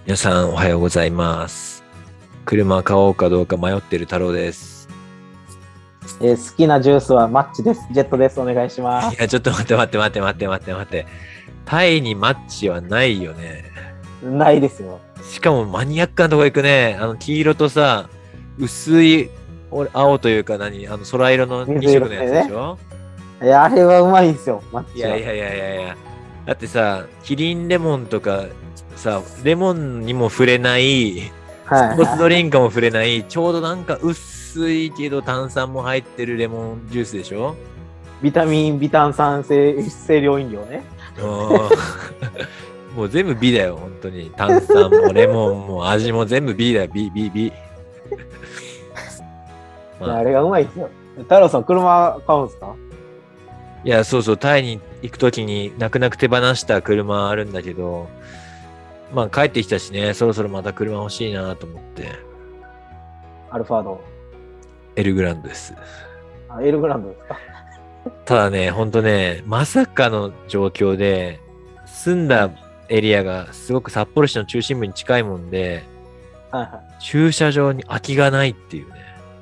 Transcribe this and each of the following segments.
皆さんおはようございます。車買おうかどうか迷ってる太郎です。 好きなジュースはマッチです。ジェットです。お願いします。 いや、ちょっと待って。タイにマッチはないよね。 ないですよ。 しかもマニアックなとこ行くね。黄色とさ、薄い青というか空色の2 水色のや色でね。 つでしょ。 いや、あれはうまいんですよ、マッチは。 だってさ、キリンレモンとかさ、レモンにも触れない、スポーツドはいはリンクも触れない、ちょうどなんか薄いけど炭酸も入ってるレモンジュースでしょ。 い。ビタミン、ビタン酸性清涼飲料ね。 もうもう全部 B だよ、本当に。炭酸もレモンも味も全部 B だよ、B。 いや、 まあ、 あれがうまいんですよ。太郎さん、車買うんですか？ いや、そうそう、タイに行くときに泣く泣く手放した車あるんだけど、まあ帰ってきたしね、そろそろまた車欲しいなと思って、 アルファード。 エルグランドです。 エルグランドですか？ ただね、ほんとね、まさかの状況で、住んだエリアがすごく札幌市の中心部に近いもんで、 はいはい。 駐車場に空きがないっていうね。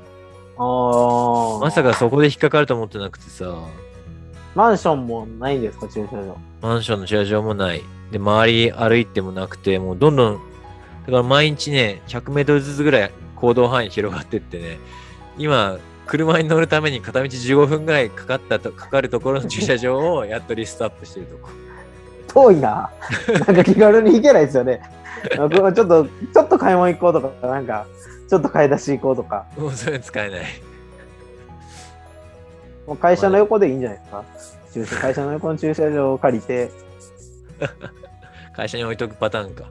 まさかそあこで引っかかると思ってなくてさ、 マンションもないんですか、駐車場？ マンションの駐車場もない。で、周り歩いてもなくて、もうどんどん、だから毎日ね、100メートルずつぐらい行動範囲広がってってね、今、車に乗るために片道15分ぐらいかかるところの駐車場をやっとリストアップしてるとこ。 遠いな。なんか気軽に行けないですよね。ちょっと買い物行こうとか、なんか、ちょっと買い出し行こうとか。 もうそれ使えない。 もう会社の横でいいんじゃないですか。会社の横の駐車場を借りて。 会社に置いとくパターンか。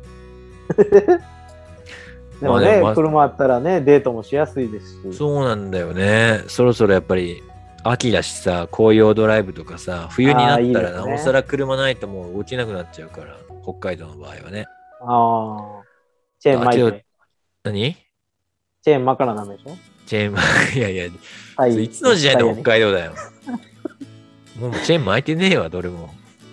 でもね、 まあ車あったらね、デートもしやすいですし。 そうなんだよね。そろそろやっぱり秋だしさ、紅葉ドライブとかさ、冬にああ、いいなったらなおさですね。 ら車ないともう動けなくなっちゃうから、北海道の場合はね。 ああ、チェーンあけど、 巻いて。 何チェーン巻からダメでしょ？ チェーン、いやいや、 はい。 いつの時代の北ね。 海道だよ。もうチェーン巻いてねえわ、どれも。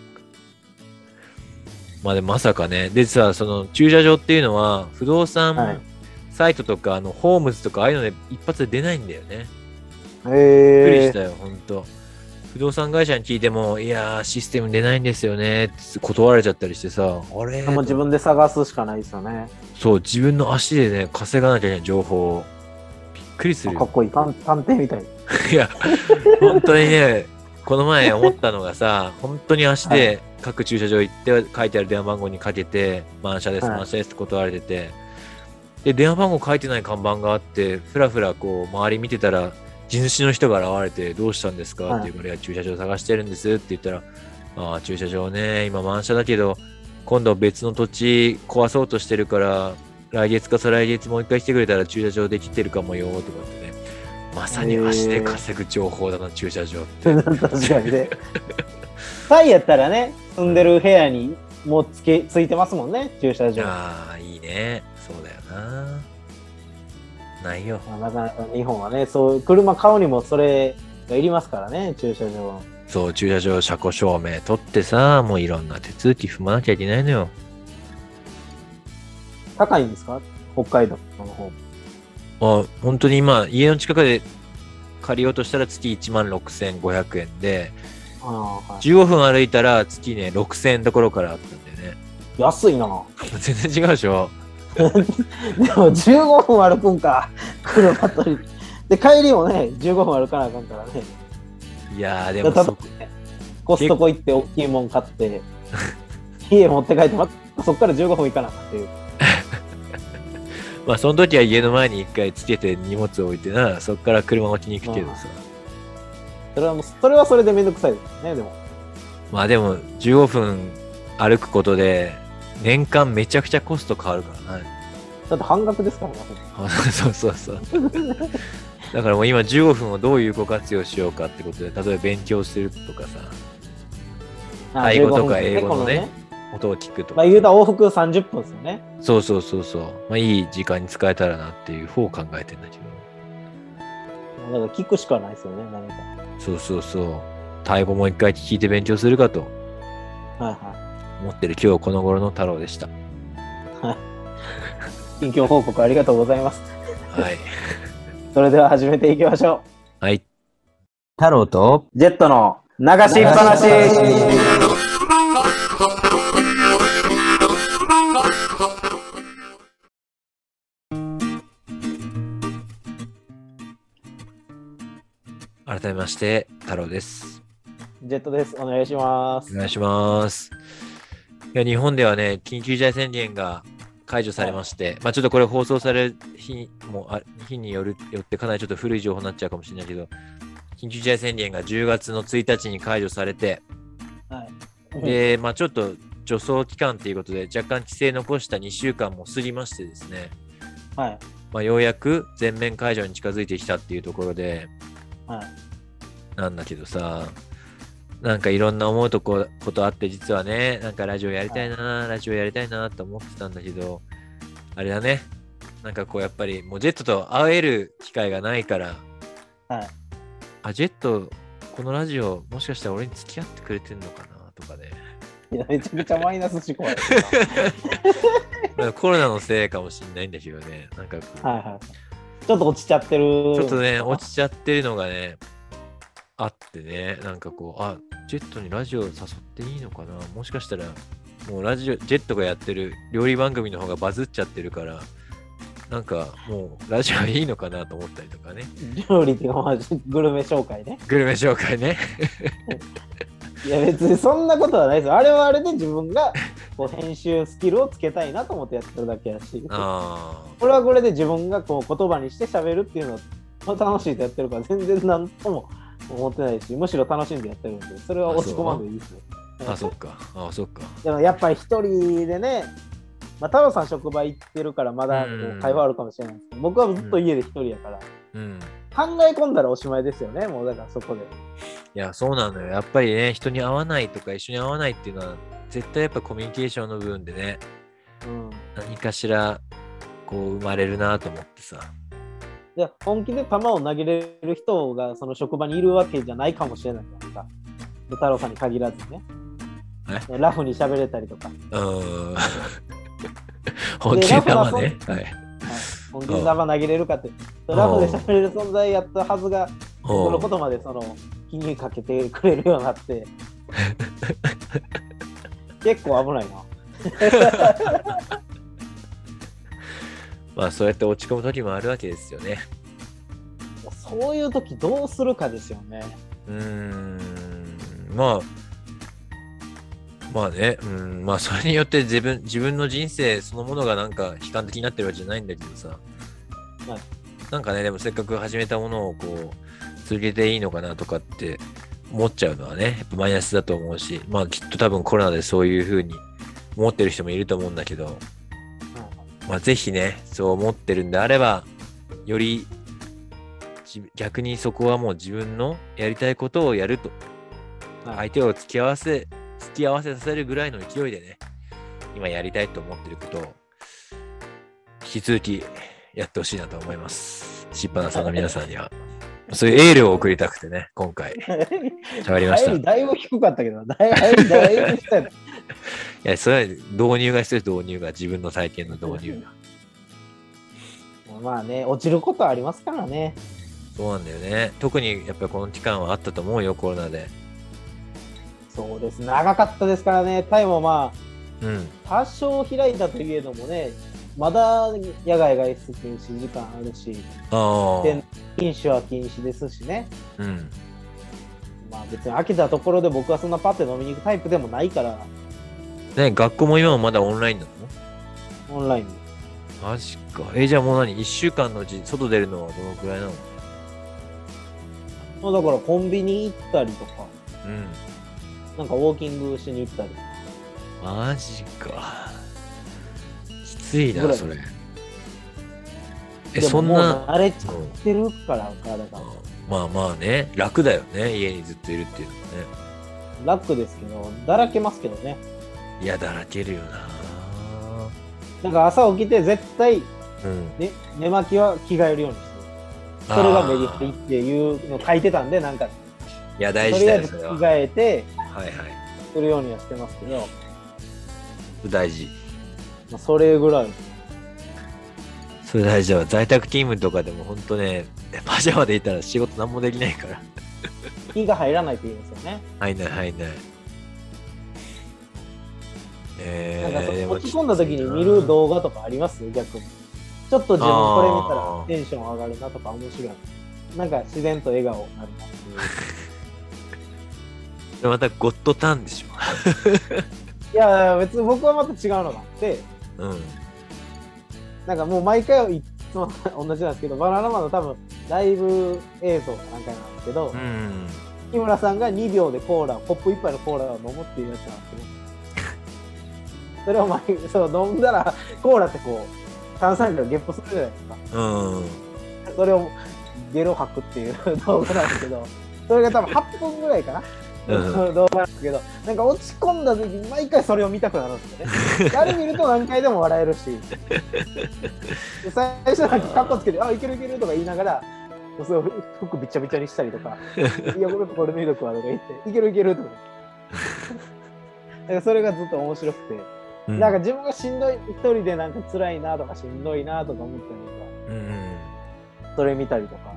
まあでもまさかね。でさ、その駐車場っていうのは、不動産はい。 サイトとか、ホームズとか、ああいうので一発で出ないんだよね。 えびっくりしえたよ、ほんと。不動産会社に聞いても、いやー、システム出ないんですよねって断られちゃったりしてさ、あれもう自分で探すしかないですよね。 そう、自分の足でね、稼がなきゃいけない情報を。びっくりするよ。 かっこいい。探偵みたい。 いや、本当にね、この前思ったのがさ、本当に足はい。 で各駐車場行って書いてある電話番号にかけて、満車です、 はい。 満車ですって断られてて、で、電話番号書いてない看板があって、ふらふらこう、周り見てたら、地主の人が現れて、どうしたんですかってはい。 言うから、いや駐車場探してるんですって言ったら、ああ、駐車場ね、今満車だけど、今度別の土地壊そうとしてるから、来月か再来月もう一回来てくれたら駐車場できてるかもよ、とかってね。まさに足でえ稼ぐ情報だな、駐車場って。 確かにね。タイやったらね、住んでる部屋にもうついてますもんね、駐車場。 ああ、いいね。そうだよな。ないよ。 なかなか日本はね、そう、車買うにもそれがいりますからね、駐車場。 そう、駐車場車庫証明取ってさ、もういろんな手続き踏まなきゃいけないのよ。 高いんですか？北海道の方。 本当に今、家の近くで借りようとしたら月16,500円で、 ああ、は 15分歩いたら月ね、6000円どころからあったんだよね。 い。安いな。 全然違うでしょ。 でも15分歩くんか、車取り。で、帰りもね、15分歩かなあかんからね。 いやー、でだからもコストコ行って大きいもん買って、家持って帰って、またそっから15分行かなあかんっていう。 まあその時は家の前に一回つけて荷物を置いてな、そっから車持ちに行くけどさ。 それはそれでめんどくさいですね、でも。 まあでも15分歩くことで年間めちゃくちゃコスト変わるからね。 だって半額ですからね。 そう。だからもう今15分をどういうご活用しようかってことで、例えば勉強するとかさ、タイ語 15 とか分ね、 英語のね、 このね。 音を聞くとまあかさ。 言うたら往復30分ですよね。 そう。まあいい時間に使えたらなっていう方を考えてんだけど。 だから聞くしかないですよね、何か。 そう。タイ語も一回聞いて勉強するかとはいは思ってる今日この頃の太郎でした。 い。 近況報告ありがとうございます。 はい。 それでは始めていきましょう。 はい。 太郎とジェットの流しっぱなし。 改めまして、太郎です。 ジェットです。お願いします。 お願いします。いや、日本ではね、緊急事態宣言が解除されまして、ちょっとこれ放送される日によってかなりちょっと古い情報になっちゃうかもしれないけど、緊急事態宣言が10月の1日に解除されて、 はい、 で、ちょっと助走期間ということで、若干規制残した2週間も過ぎましてですね、 はい、 ようやく全面解除に近づいてきたっていうところで、 はい、 なんだけどさ、なんかいろんな思うことあって、実はね、なんかラジオやりたいなと思ってたんだけど、あれだね、なんかこうやっぱりもうジェットと会える機会がないから、 はい、 ジェット、このラジオもしかしたら俺に付き合ってくれてんのかなとかね。 いや、めちゃくちゃマイナス思考やなコロナのせいかもしんないんだけどね、なんかこう、 はいはい、ちょっと落ちちゃってる。 ちょっとね、落ちちゃってるのがね、あってね、なんかこう、ジェットにラジオ誘っていいのかな、もしかしたら、もうジェットがやってる料理番組の方がバズっちゃってるから、なんかもうラジオいいのかなと思ったりとかね。 料理っていうか、グルメ紹介ね。 グルメ紹介ね。 いや、別にそんなことはないですよ。あれはあれで自分がこう編集スキルをつけたいなと思ってやってるだけやし、これはこれで自分がこう言葉にして喋るっていうのを楽しいとやってるから、全然なんとも思ってないし、むしろ楽しんでやってるんで、それは落ち込まんでいいですよ。 そっか。そっか。 でもやっぱり一人でね、太郎さん職場行ってるからまだこう会話あるかもしれないですけど、僕はずっと家で一人やから、考え込んだらおしまいですよね、もうだからそこで。 いや、そうなのよ。やっぱりね、人に会わないとか一緒に会わないっていうのは、絶対やっぱコミュニケーションの部分でね、何かしらこう生まれるなと思ってさ。 いや、本気で球を投げれる人がその職場にいるわけじゃないかもしれないじゃないですか。太郎さんに限らずね。ラフに喋れたりとか。 本気で球ね。はい。 本気で球投げれるかって。ラフで喋れる存在やったはずが、そのことまで気にかけてくれるようになって。結構危ないな。そうやって落ち込む時もあるわけですよね。 そういう時どうするかですよね。 ね、それによって自分の人生そのものがなんか悲観的になってるわけじゃないんだけどさ、なんかね、でもせっかく始めたものをこう続けていいのかなとかって思っちゃうのはね、やっぱマイナスだと思うし、きっと多分コロナでそういう風に思ってる人もいると思うんだけど、ぜひね、そう思ってるんであれば、より逆にそこはもう自分のやりたいことをやると、相手を付き合わせさせるぐらいの勢いでね、今やりたいと思ってることを引き続きやってほしいなと思います。しっぱなさんの皆さんには。そういうエールを送りたくてね、今回喋りました。 だいぶ低かったけど、だいぶ低い。いや、それは導入が必要です、導入が、自分の体験の導入が。落ちることはありますからね。 そうなんだよね。特にやっぱりこの期間はあったと思うよ、コロナで。 そうです。長かったですからね。タイも多少開いたといえどもね、まだ野外外出禁止時間あるし、飲酒は禁止ですしね。別に飽きたところで僕はそんなパッて飲みに行くタイプでもないから。 ね、学校も今もまだオンラインなの？ オンラインで。 マジか。じゃあもう1週間のうち外出るのはどのくらいなの？ だからコンビニ行ったりとか、なんかウォーキングしに行ったり。 マジか。きついな、それ。そんな。 慣れちゃってるから体が。 ね、楽だよね、家にずっといるっていうのはね。 楽ですけど、だらけますけどね。 いや、だらけるよな。 なんか朝起きて絶対、寝巻きは着替えるようにしてる。それがメリットっていうのを書いてたんで、なんか、 いや、大事だよ、 とりあえず着替えて、 はいはい。 するようにはしてますけど。 大事。 それぐらい。 それ大事だわ。在宅勤務とかでも本当ね、パジャマでいたら仕事何もできないから。 気が入らないって言うんですよね。 入んない入んない。 なんか落ち込んだ時に見る動画とかあります？逆に。ちょっと自分これ見たらテンション上がるなとか面白い。なんか自然と笑顔になるなっていう。 それまたゴッドタンでしょ。 いや、別に僕はまた違うのがあって、 うん。 なんかもう毎回いつも同じなんですけど、バナナマンの多分ライブ映像かなんかなんですけど、 うん。 日村さんが2秒でコーラ、ポップ1杯のコーラを飲むっていうやつなんですけど、それをそう飲んだらコーラってこう炭酸量ゲップするじゃないですか。 うん。 それをゲロ吐くっていう動画なんですけど、それが多分8分ぐらいかな。動画なんですけど、なんか落ち込んだ時に毎回それを見たくなるんですよね。あれ見ると何回でも笑えるし、最初なんかカッコつけて、あ、いけるいけるとか言いながら、そう服びちゃびちゃにしたりとか、いや、これ脱いどくわとか言って、いけるいけるとか。だからそれがずっと面白くて、なんか自分がしんどい、一人でなんか辛いなとかしんどいなとか思ったりとか、それ見たりとか。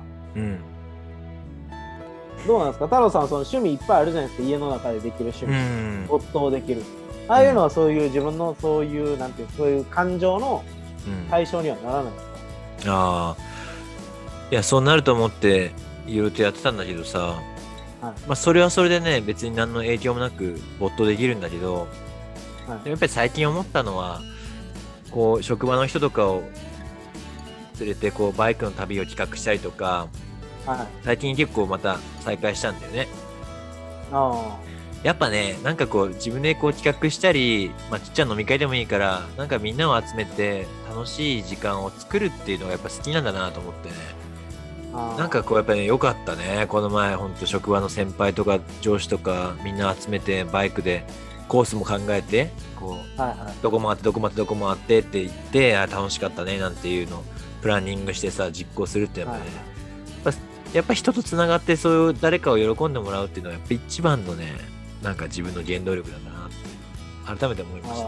どうなんですか、太郎さんはその趣味いっぱいあるじゃないですか、家の中でできる趣味、没頭できる。ああいうのはそういう自分のそういうなんていうそういう感情の対象にはならないですか？ ああ、いやそうなると思っていろいろとやってたんだけどさ、 はい、 まあそれはそれでね別に何の影響もなく没頭できるんだけど、はい、やっぱり最近思ったのはこう職場の人とかを連れてこうバイクの旅を企画したりとか。はい、最近結構また再開したんだよね。やっぱね、なんかこう自分でこう企画したり、まあ、ちっちゃな飲み会でもいいから、なんかみんなを集めて楽しい時間を作るっていうのがやっぱ好きなんだなと思ってね。なんかこうやっぱね、良かったね。この前ほんと職場の先輩とか上司とかみんな集めてバイクでコースも考えて、こう、はいはい、どこ回ってどこ回ってどこ回ってって言って、あ、楽しかったねなんていうのをプランニングしてさ、実行するってやっぱね、はい、やっぱ人とつながってそういう誰かを喜んでもらうっていうのはやっぱ一番のね、なんか自分の原動力なんだなって改めて思いました。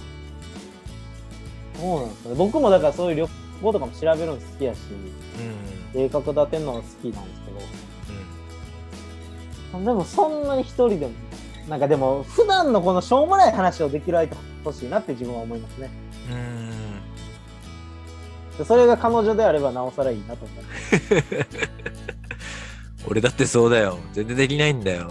そうなんですね。僕もだからそういう旅行とかも調べるの好きやし、計画立てるのが好きなんですけど、でもそんなに一人でもなんかでも普段のこのしょうもない話をできる相手欲しいなって自分は思いますね。それが彼女であればなおさらいいなと思う。 俺だってそうだよ。全然できないんだよ。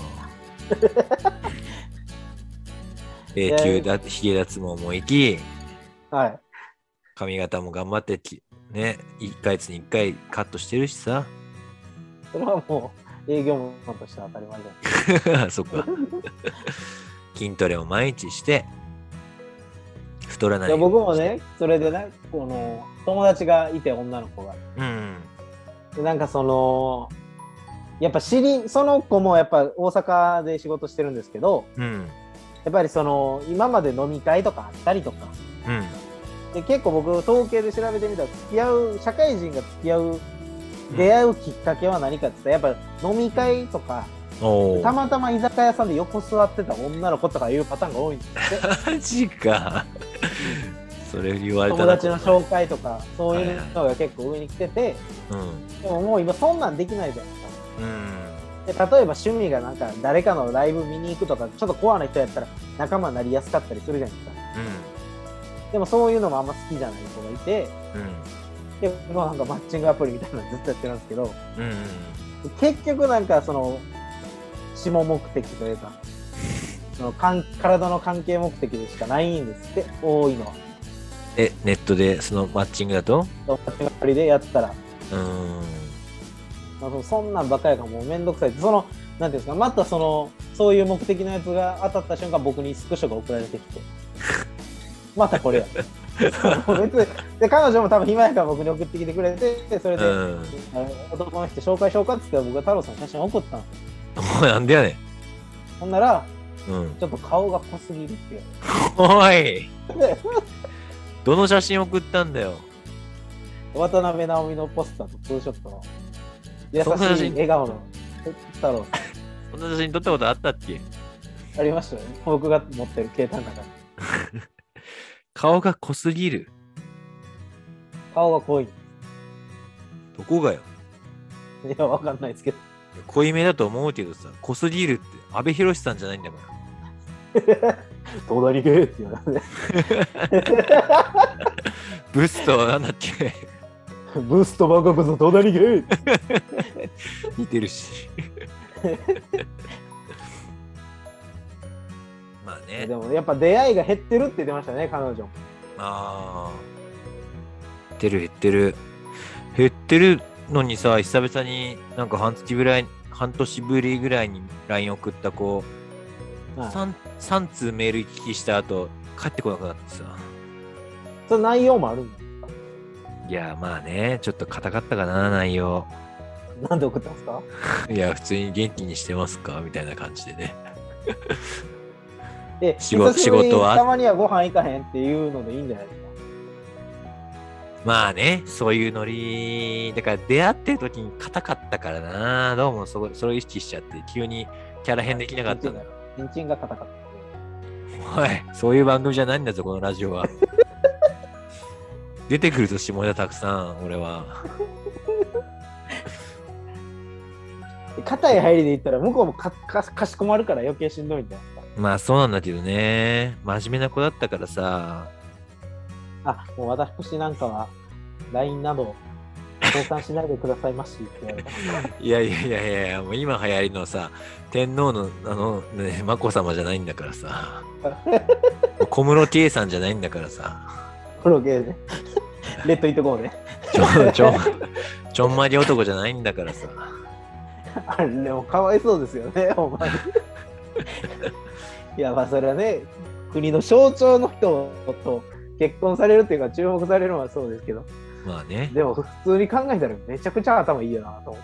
永久だひげ脱毛も行き、はい、髪型も頑張ってね、1ヶ月に1回カットしてるしさ。 それはもう営業マンとしては当たり前じゃない。 そっか。筋トレを毎日して太らない。 いや僕もね、それでね、この友達がいて女の子が、でなんかそのやっぱその子もやっぱ大阪で仕事してるんですけど、やっぱりその今まで飲み会とかあったりとか、で結構僕統計で調べてみたら社会人が付き合う出会うきっかけは何かって言ったらやっぱ飲み会とか、たまたま居酒屋さんで横座ってた女の子とかいうパターンが多いんですって。 マジか。それ言われた友達の紹介とかそういうのが結構上に来てて、でももう今そんなんできないじゃないですか。で例えば趣味がなんか誰かのライブ見に行くとかちょっとコアな人やったら仲間になりやすかったりするじゃないですか。でもそういうのもあんま好きじゃない子がいて、でもなんかマッチングアプリみたいなのずっとやってるんですけど、結局なんかその下目的というかその体の関係目的でしかないんですって多いのは。 ネットでそのマッチングだとマッチングアプリでやったらそんなんばっかりがもうめんどくさい。そのなんていうんですか、またそういう目的のやつが当たった瞬間僕にスクショが送られてきてまたこれや別で彼女も多分暇やから僕に送ってきてくれて、それで、男の人紹介しようかっつって僕が太郎さんの写真送ったんですよ。 なんでやねん。 ほんなら、ちょっと顔が濃すぎるっておいどの写真送ったんだよ。 渡辺直美のポスターとツーショットの優しい笑顔の太郎さん。 そんな写真撮ったことあったっけ？ ありましたよね。僕が持ってる携帯の中に。 顔が濃すぎる。 顔が濃い。 どこがよ。 いや、わかんないですけど。 濃いめだと思うけどさ、濃すぎるって阿部寛さんじゃないんだから。 東大に行けって言われて。 ブスとなんだっけ。 ブーストバカこそ東大に行け似てるし。まあね。 でもやっぱ出会いが減ってるって言ってましたね、彼女。 ああ。減ってる。減ってるのにさ、久々になんか半年ぶりぐらいに LINE 送った子、 はい、 3通メール行き来した後、帰ってこなくなってさ。 その内容もあるんですか？ いや、まあね、ちょっと硬かったかな、内容。 なんで送ったんですか？ いや、普通に元気にしてますかみたいな感じでね。 仕事はたまにはご飯行かへんっていうのでいいんじゃないですか？ まあね、そういうノリ、だから出会ってる時に硬かったからな、どうもそれを意識しちゃって、急にキャラ変できなかったんだよ。 チンチンが硬かった。 おい、そういう番組じゃないんだぞ、このラジオは。出てくると下ネタたくさん、俺は。 硬い入りで言ったら向こうもかしこまるから余計しんどいんだよ。 まあそうなんだけどね、真面目な子だったからさ。 あ、もう私なんかは LINE など交換しないでくださいましって言われた。 いや、もう今流行りのさ、天皇のね、眞子さまじゃないんだからさ。小室圭さんじゃないんだからさ。 このゲーね。レッドイットゴーね。 ちょんまり男じゃないんだからさ。 あれでもかわいそうですよね、お前。いや、まあそれはね、国の象徴の人と結婚されるっていうか注目されるのはそうですけど、 まあね。 でも普通に考えたらめちゃくちゃ頭いいよなと思って。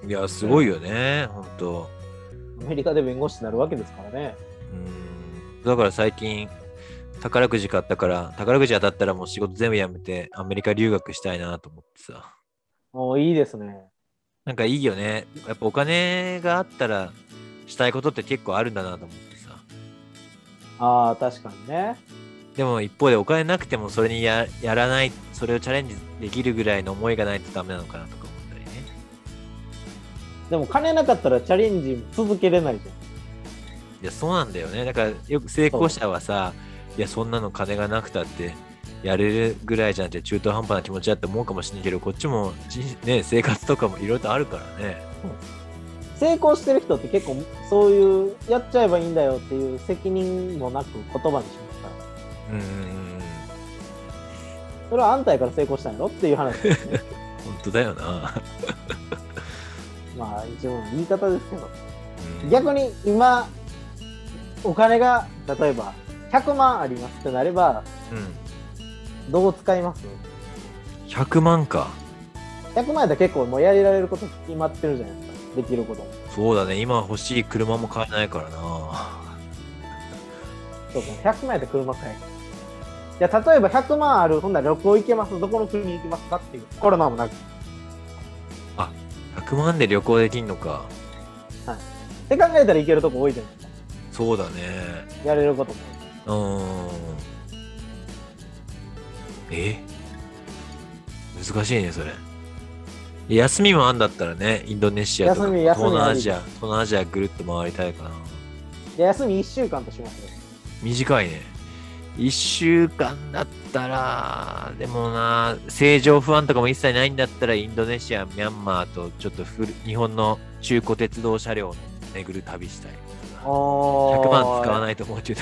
いや、すごいよね、ほんと。 アメリカで弁護士になるわけですからね。 だから最近、宝くじ買ったから、宝くじ当たったらもう仕事全部辞めてアメリカ留学したいなと思ってさ。 もういいですね。 なんかいいよね。やっぱお金があったらしたいことって結構あるんだなと思ってさ。 ああ、確かにね。 でも一方でお金なくてもそれにやらない、それをチャレンジできるぐらいの思いがないとダメなのかなとか思ったりね。 でも金なかったらチャレンジ続けれないじゃん。 いや、そうなんだよね。だからよく成功者はさ、いや、そんなの金がなくたってやれるぐらいじゃんって中途半端な気持ちだって思うかもしれないけど、こっちもね、生活とかもいろいろとあるからね。 成功してる人って結構そういうやっちゃえばいいんだよっていう責任もなく言葉にしますから。それはあんたやから成功したんやろっていう話ですね。 本当だよな。 まあ一応言い方ですけど、逆に今お金が例えば100万ありますってなれば、どう使います ？100万か。 100万やったら結構もうやりられること決まってるじゃないですか。できることも。 そうだね。今欲しい車も買えないからな。 そうか、100万やったら車買える。じゃあ例えば100万ある、ほんなら旅行行けます。どこの国に行きますかっていう。コロナもなく。 あ、100万で旅行できんのか。 はい。って考えたら行けるとこ多いじゃないですか。 そうだね。 やれることも多い。難しいね、それ。休みもあんだったらね、インドネシアとか東南アジアぐるっと回りたいかな。 休み1週間としますよ。 短いね。1週間だったら、でもな、政情不安とかも一切ないんだったら、インドネシア、ミャンマーとちょっと日本の中古鉄道車両を巡る旅したい。100万使わないと思うけど。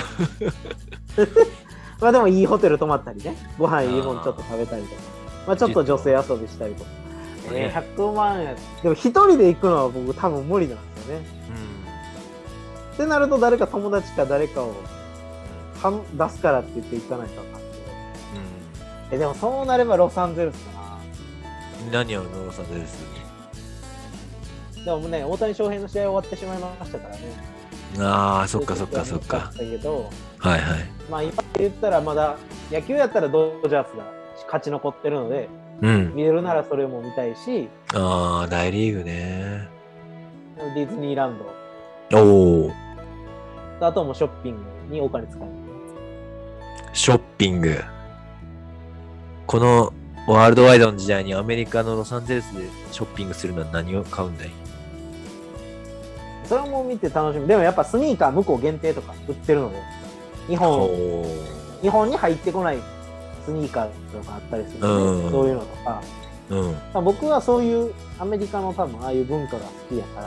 まあでもいいホテル泊まったりね、ご飯いいもんちょっと食べたりとか、まあちょっと女性遊びしたりとか。100万円。でも一人で行くのは僕多分無理なんですよね。ってなると誰か友達か誰かを出すからって言って行かないとあかんけど。でもそうなればロサンゼルスかな。何をロサンゼルスに。でもね、大谷翔平の試合終わってしまいましたからね。 ああ、そっか。 けど、 はい。 まあ今言ったらまだ野球やったらドジャースが勝ち残ってるので、見れるならそれも見たいし。 ああ、大リーグね。 ディズニーランド。おお。 あともショッピングにお金使う。 ショッピング。このワールドワイドの時代にアメリカのロサンゼルスでショッピングするのは何を買うんだい？ それも見て楽しみ。でもやっぱスニーカー向こう限定とか売ってるので、日本に入ってこないスニーカーとかあったりするので、そういうのとか、僕はそういうアメリカの多分ああいう文化が好きやから、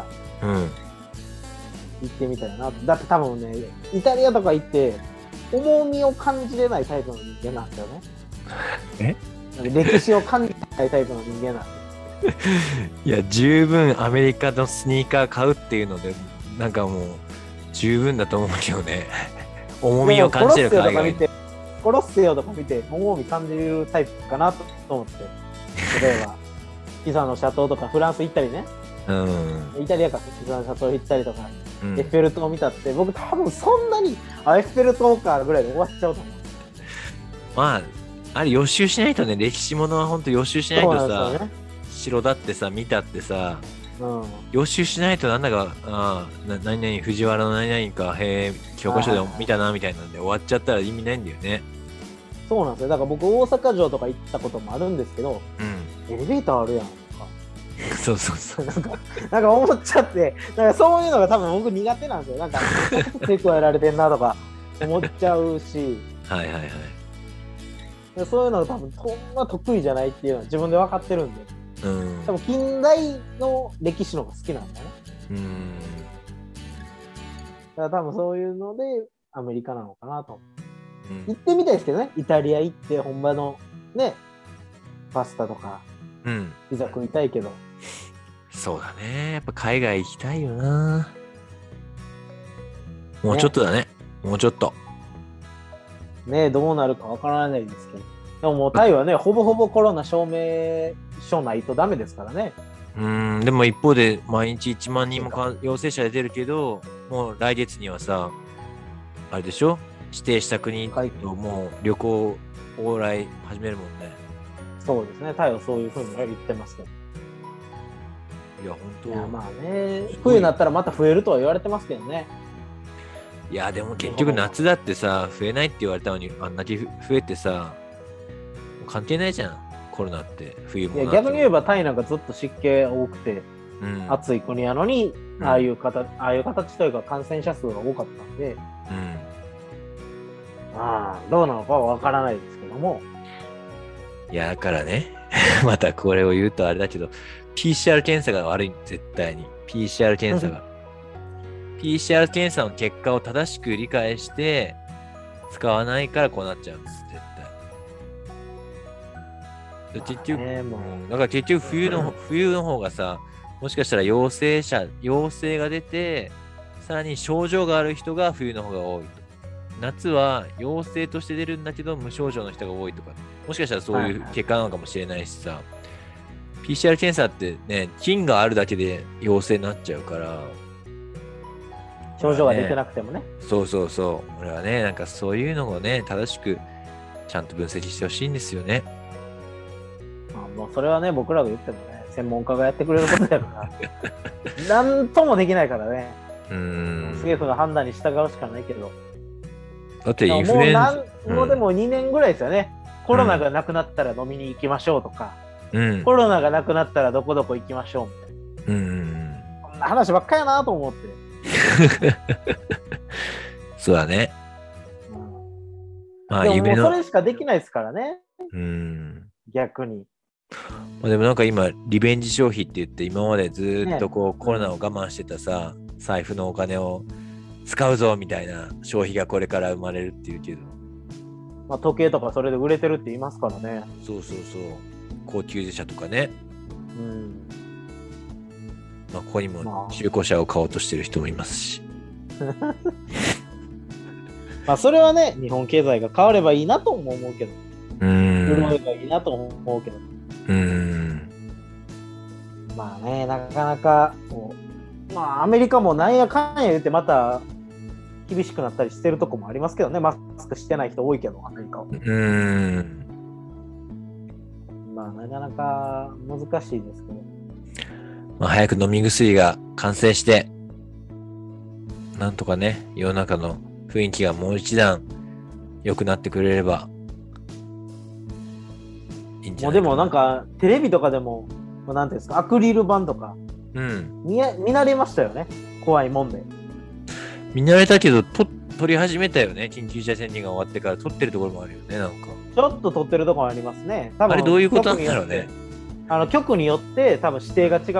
行ってみたいな。だって多分ね、イタリアとか行って重みを感じれないタイプの人間なんですよね。歴史を感じないタイプの人間なんで。 いや、十分アメリカのスニーカー買うっていうので、なんかもう十分だと思うけどね。重みを感じる海外に。 コロッセオとか見て重み感じるタイプかなと思って。例えば、ピサのシャトーとかフランス行ったりね。イタリアかピサのシャトー行ったりとか、エッフェル塔見たって、僕多分そんなにエッフェル塔かぐらいで終わっちゃうと思う。 まあ、あれ予習しないとね、歴史ものは本当予習しないとさ、城だってさ、見たってさ、予習しないとなんだか、何々、藤原の何々か、教科書で見たなみたいなんで終わっちゃったら意味ないんだよね。 そうなんですよ。だから僕、大阪城とか行ったこともあるんですけど、エレベーターあるやんとか。 そうそうそう。 なんか思っちゃって、なんかそういうのが多分僕苦手なんですよ。なんか、手加えられてんなとか思っちゃうし。 はいはいはい。 そういうのが多分そんな得意じゃないっていうのは自分で分かってるんで。多分近代の歴史の方が好きなんだね。だから多分そういうのでアメリカなのかなと。行ってみたいですけどね。イタリア行って本場のね、パスタとか、ピザ食いたいけど。 そうだね。やっぱ海外行きたいよな。もうちょっとだね。もうちょっと。 ね、どうなるかわからないですけど。でももうタイはね、ほぼほぼコロナ証明書ないとダメですからね。 でも一方で毎日1万人も陽性者出てるけど、もう来月にはさ、あれでしょ、指定した国ともう旅行往来始めるもんね。 そうですね、タイはそういうふうに言ってますけど。 いや、本当。 いや、まあね、冬になったらまた増えるとは言われてますけどね。 いや、でも結局夏だってさ、増えないって言われたのに、あんだけ増えてさ、関係ないじゃん、コロナって、冬も。 いや、逆に言えばタイなんかずっと湿気多くて、暑い国やのに、ああいう形というか感染者数が多かったんで、どうなのかはわからないですけども。 いや、だからね、またこれを言うとあれだけど、PCR 検査が悪い、絶対に。PCR 検査が。PCR 検査の結果を正しく理解して使わないからこうなっちゃうんです、絶対。結局、だから結局冬の方がさ、もしかしたら陽性が出て、さらに症状がある人が冬の方が多いと。夏は陽性として出るんだけど無症状の人が多いとか、もしかしたらそういう結果なのかもしれないしさ、PCR 検査ってね、菌があるだけで陽性になっちゃうから、 症状が出てなくてもね。 そうそうそう。俺はね、なんかそういうのをね、正しくちゃんと分析してほしいんですよね。 もうそれはね、僕らが言ってもね、専門家がやってくれることだから、なんともできないからね。政府の判断に従うしかないけど。 だってインフルエンザ。 もうでも2年ぐらいですよね。コロナがなくなったら飲みに行きましょうとか、コロナがなくなったらどこどこ行きましょうみたいな。こんな話ばっかやなと思って。 そうだね。 でももうそれしかできないですからね。逆に。 でもなんか今リベンジ消費って言って今までずっとこうコロナを我慢してたさ、財布のお金を使うぞみたいな消費がこれから生まれるっていうけど、 時計とかそれで売れてるって言いますからね。 そうそうそう、高級自社とかね。ここにも中古車を買おうとしてる人もいますしそれはね、日本経済が変わればいいなとも思うけど、潤えばいいなと思うけど、まあね、なかなかアメリカもなんやかんや言ってまた厳しくなったりしてるとこもありますけどね。マスクしてない人多いけど、アメリカは。なかなか難しいですけど、 早く飲み薬が完成してなんとかね、世の中の雰囲気がもう一段良くなってくれればいいんじゃないかな。 もうでもなんかテレビとかでも、なんていうんですか、アクリル板とか見慣れましたよね。怖いもんで。 見慣れたけど、撮り始めたよね。緊急事態宣言が終わってから撮ってるところもあるよね、なんか。 ちょっと撮ってるところありますね。多分あれどういうことなんだろうね。 局によって多分指定が違うっていう。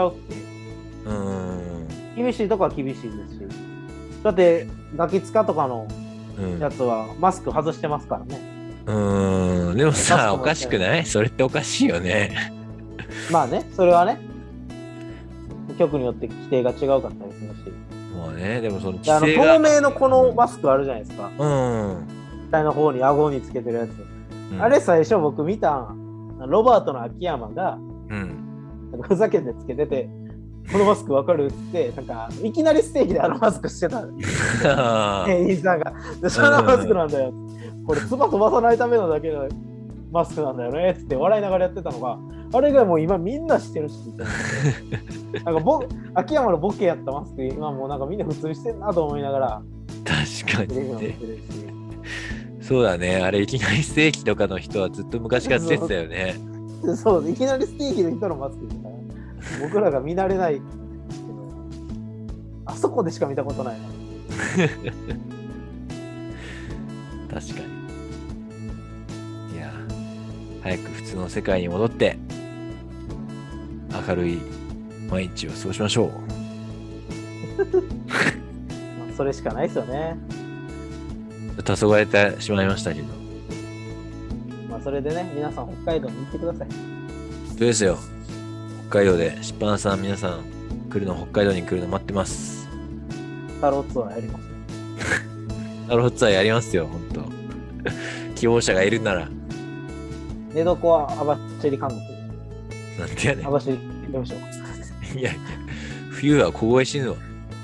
厳しいとこは厳しいですし。だってガキ使とかのやつはマスク外してますからね。 でもさ、おかしくない？それっておかしいよね。 まあね、それはね、局によって規定が違うかったりするし。 まあね、でもその規制が透明のこのマスクあるじゃないですか。下の方に顎につけてるやつ。あれ最初僕見たロバートの秋山が、なんかふざけてつけてて、このマスクわかるってなんかいきなりステーキであのマスクしてた店員さんがでそのマスクなんだよ、これ唾飛ばさないためのだけのマスクなんだよねって笑いながらやってたのが、あれがもう今みんなしてるしなんか秋山のボケやったマスク今もうなんかみんな普通にしてんなと思いながら。 確かにね。そうだね、あれいきなりステーキとかの人はずっと昔からつけてたよね。 そういきなりステーキの人のマスクとか僕らが見慣れないけど、あそこでしか見たことないな確かに。いや、早く普通の世界に戻って明るい毎日を過ごしましょうそれしかないですよね。 黄昏れてしまいましたけど、 それでね、皆さん北海道に行ってください。 そうですよ。北海道で出版さん皆さん来るの、北海道に来るの待ってます。 タロッツアーやります。 タロッツアーやりますよ、本当。希望者がいるなら。 寝床は網走監督。 なんてやねん。 網走行きましょう。 いや、冬は凍え死ぬわ。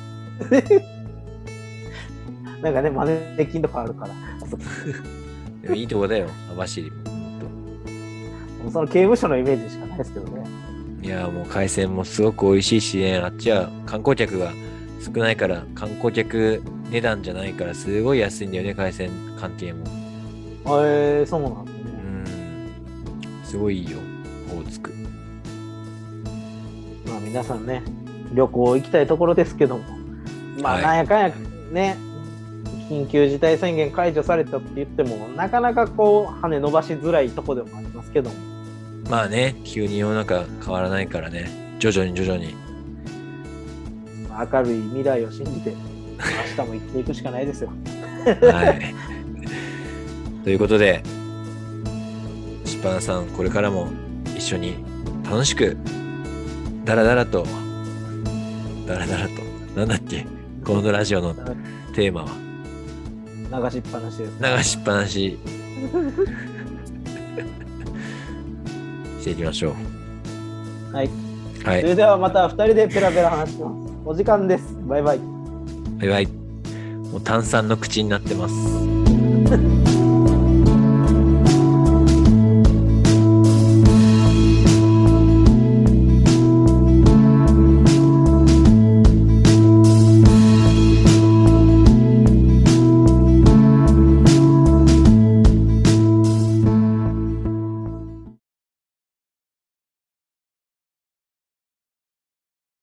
なんかね、マネキンとかあるから。 でもいいとこだよ、網走も。 その刑務所のイメージしかないですけどね。 いや、もう海鮮もすごく美味しいしね、あっちは観光客が少ないから、観光客値段じゃないから、すごい安いんだよね、海鮮関係も。 そうなんですね。 すごいいいよ、大津区。 皆さんね、旅行行きたいところですけども、なんやかんやね、緊急事態宣言解除されたって言っても、なかなか羽伸ばしづらいとこでもありますけども。 まあね、急に世の中変わらないからね、徐々に。 明るい未来を信じて、明日も生きていくしかないですよ。 はい。ということで、出版さん、これからも一緒に楽しく、だらだらと、なんだっけ、このラジオのテーマは。 流しっぱなしです。 流しっぱなし。していきましょう。はい。それではまた2人でペラペラ話します。お時間です。バイバイ。 バイバイ。もう炭酸の口になってます。